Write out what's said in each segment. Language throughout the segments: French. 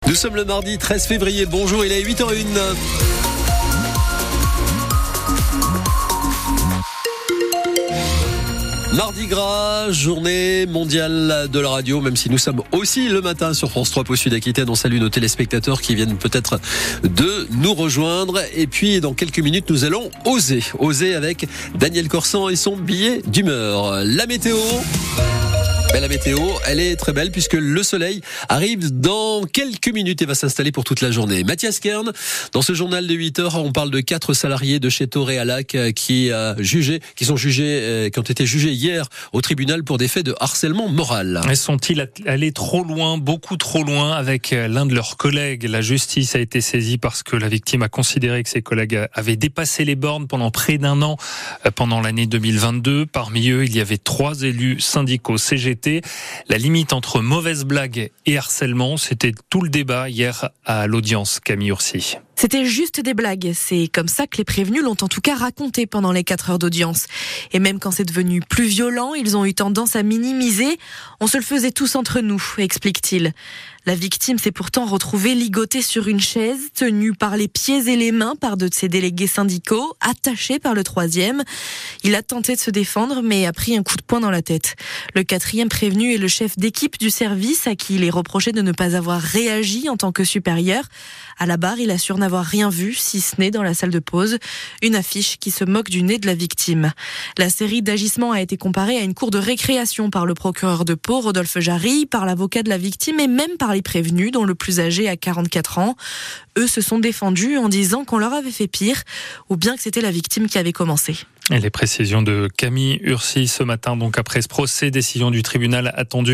Nous sommes le mardi 13 février. Bonjour, il est 8h01. Mardi Gras, journée mondiale de la radio, même si nous sommes aussi le matin sur France 3 Pau Sud-Aquitaine. On salue nos téléspectateurs qui viennent peut-être de nous rejoindre. Et puis, dans quelques minutes, nous allons oser avec Daniel Corsan et son billet d'humeur. La météo. La météo, elle est très belle puisque le soleil arrive dans quelques minutes et va s'installer pour toute la journée. Mathias Kern, dans ce journal de 8h, on parle de 4 salariés de chez Toréalac qui ont été jugés hier au tribunal pour des faits de harcèlement moral. Et sont-ils allés trop loin, beaucoup trop loin avec l'un de leurs collègues? La justice a été saisie parce que la victime a considéré que ses collègues avaient dépassé les bornes pendant près d'un an pendant l'année 2022. Parmi eux, il y avait 3 élus syndicaux CGT. La limite entre mauvaise blague et harcèlement, c'était tout le débat hier à l'audience. Camille Ursi. C'était juste des blagues. C'est comme ça que les prévenus l'ont en tout cas raconté pendant les 4 heures d'audience. Et même quand c'est devenu plus violent, ils ont eu tendance à minimiser. On se le faisait tous entre nous, explique-t-il. La victime s'est pourtant retrouvée ligotée sur une chaise, tenue par les pieds et les mains par 2 de ses délégués syndicaux, attachée par le 3e. Il a tenté de se défendre, mais a pris un coup de poing dans la tête. Le 4e prévenu est le chef d'équipe du service, à qui il est reproché de ne pas avoir réagi en tant que supérieur. À la barre, il assure n'avoir rien vu, si ce n'est dans la salle de pause, une affiche qui se moque du nez de la victime. La série d'agissements a été comparée à une cour de récréation par le procureur de Pau, Rodolphe Jarry, par l'avocat de la victime et même par les prévenus, dont le plus âgé a 44 ans. Eux se sont défendus en disant qu'on leur avait fait pire, ou bien que c'était la victime qui avait commencé. Et les précisions de Camille Ursi ce matin, donc après ce procès, décision du tribunal attendue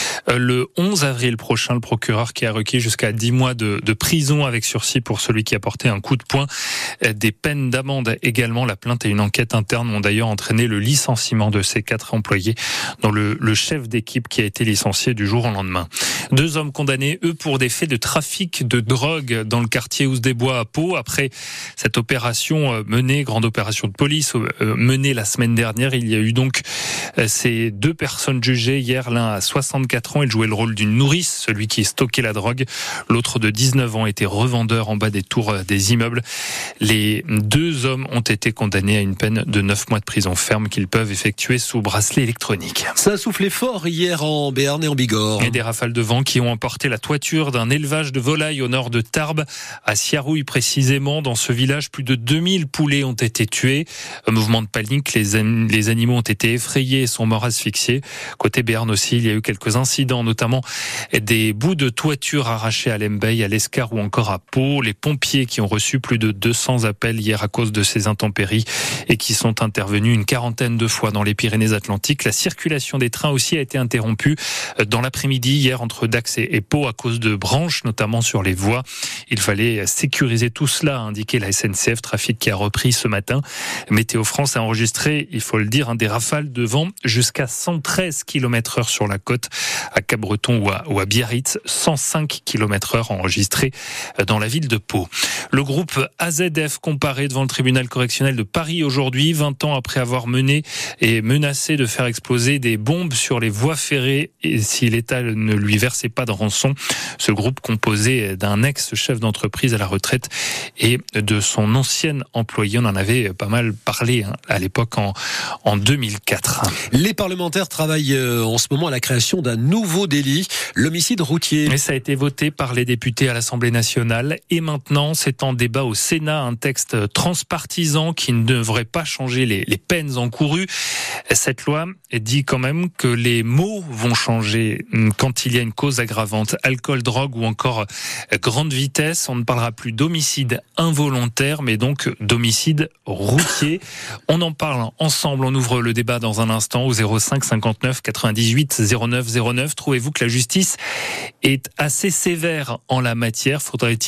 le 11 avril prochain. Le procureur qui a requis jusqu'à 10 mois de prison avec sursis pour celui qui a porté un coup de poing. Des peines d'amende également. La plainte et une enquête interne ont d'ailleurs entraîné le licenciement de ces 4 employés, dont le chef d'équipe qui a été licencié du jour au lendemain. 2 hommes condamnés, eux, pour des faits de trafic de drogue dans le quartier Ouse-des-Bois à Pau. Après cette opération grande opération de police, menée la semaine dernière, il y a eu donc ces 2 personnes jugées hier. L'un à 64 ans, il jouait le rôle d'une nourrice, celui qui stockait la drogue. L'autre de 19 ans était revendeur en bas des tours des immeubles. Les 2 hommes ont été condamnés à une peine de 9 mois de prison ferme qu'ils peuvent effectuer sous bracelet électronique. Ça a soufflé fort hier en Béarn et en Bigorre. Et des rafales de vent qui ont emporté la toiture d'un élevage de volailles au nord de Tarbes, à Siarouille précisément. Dans ce village, plus de 2000 poulets ont été tués. Un mouvement de panique, les animaux ont été effrayés et sont morts asphyxiés. Côté Béarn aussi, il y a eu quelques incidents, notamment des bouts de toiture arrachés à Lembeil, à l'Escar ou encore à Pau. Les pompiers qui ont reçu plus de 200 appels hier à cause de ces intempéries et qui sont intervenus une 40aine de fois dans les Pyrénées-Atlantiques. La circulation des trains aussi a été interrompue dans l'après-midi hier entre Dax et Pau à cause de branches, notamment sur les voies. Il fallait sécuriser tout cela, a indiqué la SNCF. Trafic qui a repris ce matin. Météo France a enregistré, il faut le dire, des rafales de vent jusqu'à 113 km/h sur la côte, à Cap-Breton ou à Biarritz, 105 km/h enregistrés dans la ville de Pau. Le groupe AZF comparé devant le tribunal correctionnel de Paris aujourd'hui, 20 ans après avoir mené et menacé de faire exploser des bombes sur les voies ferrées et si l'État ne lui versait pas de rançon. Ce groupe composé d'un ex-chef d'entreprise à la retraite et de son ancienne employée. On en avait pas mal parlé à l'époque en 2004. Les parlementaires travaillent en ce moment à la création d'un nouveau délit, l'homicide routier. Et ça a été voté par les députés à l'Assemblée nationale et maintenant c'est en débat au Sénat, un texte transpartisan qui ne devrait pas changer les peines encourues. Cette loi dit quand même que les mots vont changer quand il y a une cause aggravante, alcool, drogue ou encore grande vitesse. On ne parlera plus d'homicide involontaire mais donc d'homicide routier. On en parle ensemble, on ouvre le débat dans un instant au 05 59 98 09 09. Trouvez-vous que la justice est assez sévère en la matière? Faudrait-il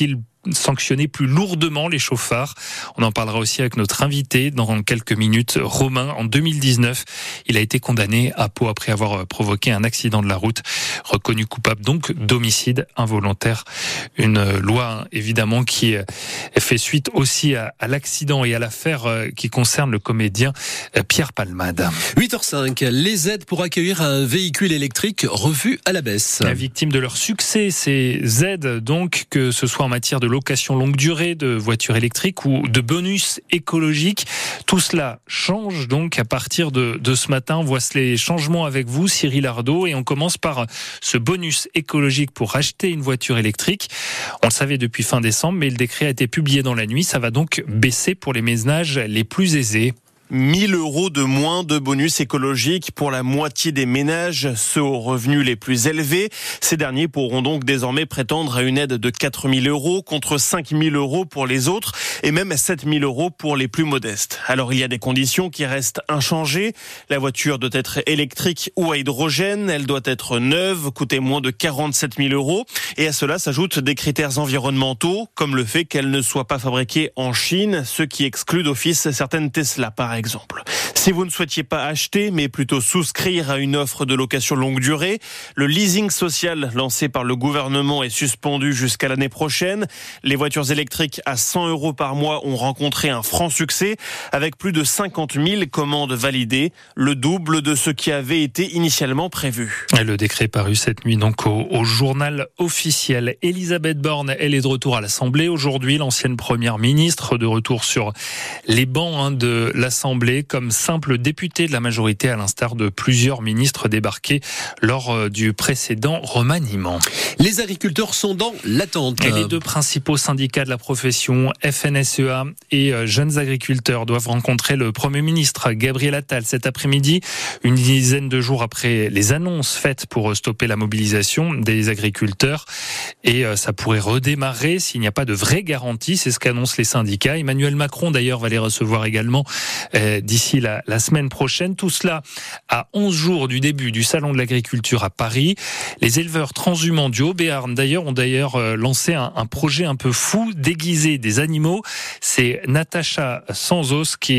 sanctionner plus lourdement les chauffards. On en parlera aussi avec notre invité dans quelques minutes. Romain, en 2019, il a été condamné à Pau après avoir provoqué un accident de la route, reconnu coupable donc d'homicide involontaire. Une loi évidemment qui fait suite aussi à l'accident et à l'affaire qui concerne le comédien Pierre Palmade. 8h05, les aides pour accueillir un véhicule électrique revues à la baisse. La victime de leur succès, ces aides donc, que ce soit en matière de location longue durée, de voitures électriques ou de bonus écologiques, tout cela change donc à partir de ce matin. On voit les changements avec vous, Cyril Ardo, et on commence par ce bonus écologique pour acheter une voiture électrique. On le savait depuis fin décembre, mais le décret a été publié dans la nuit. Ça va donc baisser pour les ménages les plus aisés. 1 000 € de moins de bonus écologique pour la moitié des ménages, ceux aux revenus les plus élevés. Ces derniers pourront donc désormais prétendre à une aide de 4 000 € contre 5 000 € pour les autres et même 7 000 € pour les plus modestes. Alors il y a des conditions qui restent inchangées. La voiture doit être électrique ou à hydrogène. Elle doit être neuve, coûter moins de 47 000 € et à cela s'ajoutent des critères environnementaux comme le fait qu'elle ne soit pas fabriquée en Chine, ce qui exclut d'office certaines Tesla par exemple. Si vous ne souhaitiez pas acheter, mais plutôt souscrire à une offre de location longue durée, le leasing social lancé par le gouvernement est suspendu jusqu'à l'année prochaine. Les voitures électriques à 100 € par mois ont rencontré un franc succès avec plus de 50 000 commandes validées, le double de ce qui avait été initialement prévu. Et le décret paru cette nuit donc au journal officiel. Elisabeth Borne, elle est de retour à l'Assemblée aujourd'hui, l'ancienne première ministre de retour sur les bancs de l'Assemblée comme simple député de la majorité à l'instar de plusieurs ministres débarqués lors du précédent remaniement. Les agriculteurs sont dans l'attente. Et les deux principaux syndicats de la profession, FNSEA et Jeunes Agriculteurs, doivent rencontrer le Premier ministre Gabriel Attal cet après-midi, une dizaine de jours après les annonces faites pour stopper la mobilisation des agriculteurs. Et ça pourrait redémarrer s'il n'y a pas de vraie garantie, c'est ce qu'annoncent les syndicats. Emmanuel Macron d'ailleurs va les recevoir également d'ici la semaine prochaine. Tout cela à 11 jours du début du Salon de l'Agriculture à Paris. Les éleveurs transhumants du Haut-Béarn ont lancé un projet un peu fou, déguiser des animaux. C'est Natacha Sanzos qui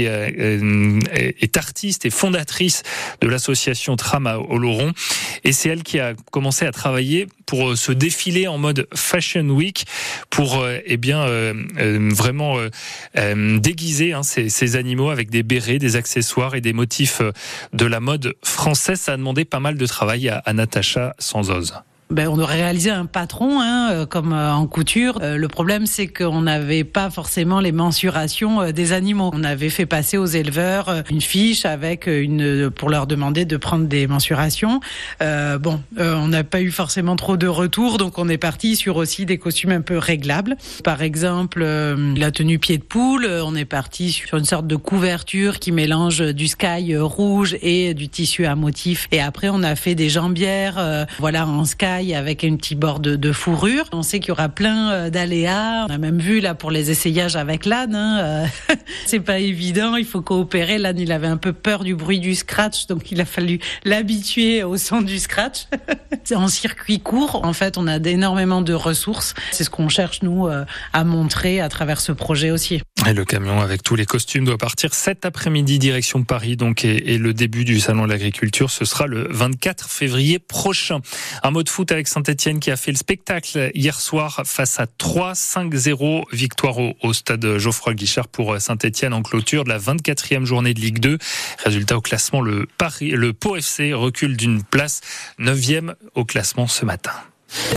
est artiste et fondatrice de l'association Tram à Oloron. Et c'est elle qui a commencé à travailler pour ce défilé en mode Fashion Week pour vraiment déguiser ces animaux avec des bérets, des accessoires et des motifs de la mode française. Ça a demandé pas mal de travail à Natacha Sanzos. On aurait réalisé un patron, comme en couture. Le problème, c'est qu'on n'avait pas forcément les mensurations des animaux. On avait fait passer aux éleveurs une fiche avec pour leur demander de prendre des mensurations. On n'a pas eu forcément trop de retours, donc on est parti sur aussi des costumes un peu réglables. Par exemple, la tenue pied de poule, on est parti sur une sorte de couverture qui mélange du sky rouge et du tissu à motif. Et après, on a fait des jambières, en sky, avec un petit bord de fourrure. On sait qu'il y aura plein d'aléas. On a même vu là pour les essayages avec l'âne. C'est pas évident, il faut coopérer. L'âne, il avait un peu peur du bruit du scratch, donc il a fallu l'habituer au son du scratch. C'est en circuit court. En fait, on a énormément de ressources. C'est ce qu'on cherche, nous, à montrer à travers ce projet aussi. Et le camion avec tous les costumes doit partir cet après-midi direction Paris, donc, et le début du Salon de l'Agriculture, ce sera le 24 février prochain. Un mot de foot avec Saint-Etienne qui a fait le spectacle hier soir face à 3-5-0, victoire au stade Geoffroy Guichard pour Saint-Etienne en clôture de la 24e journée de Ligue 2. Résultat au classement, le Pau FC recule d'une place, 9e au classement ce matin.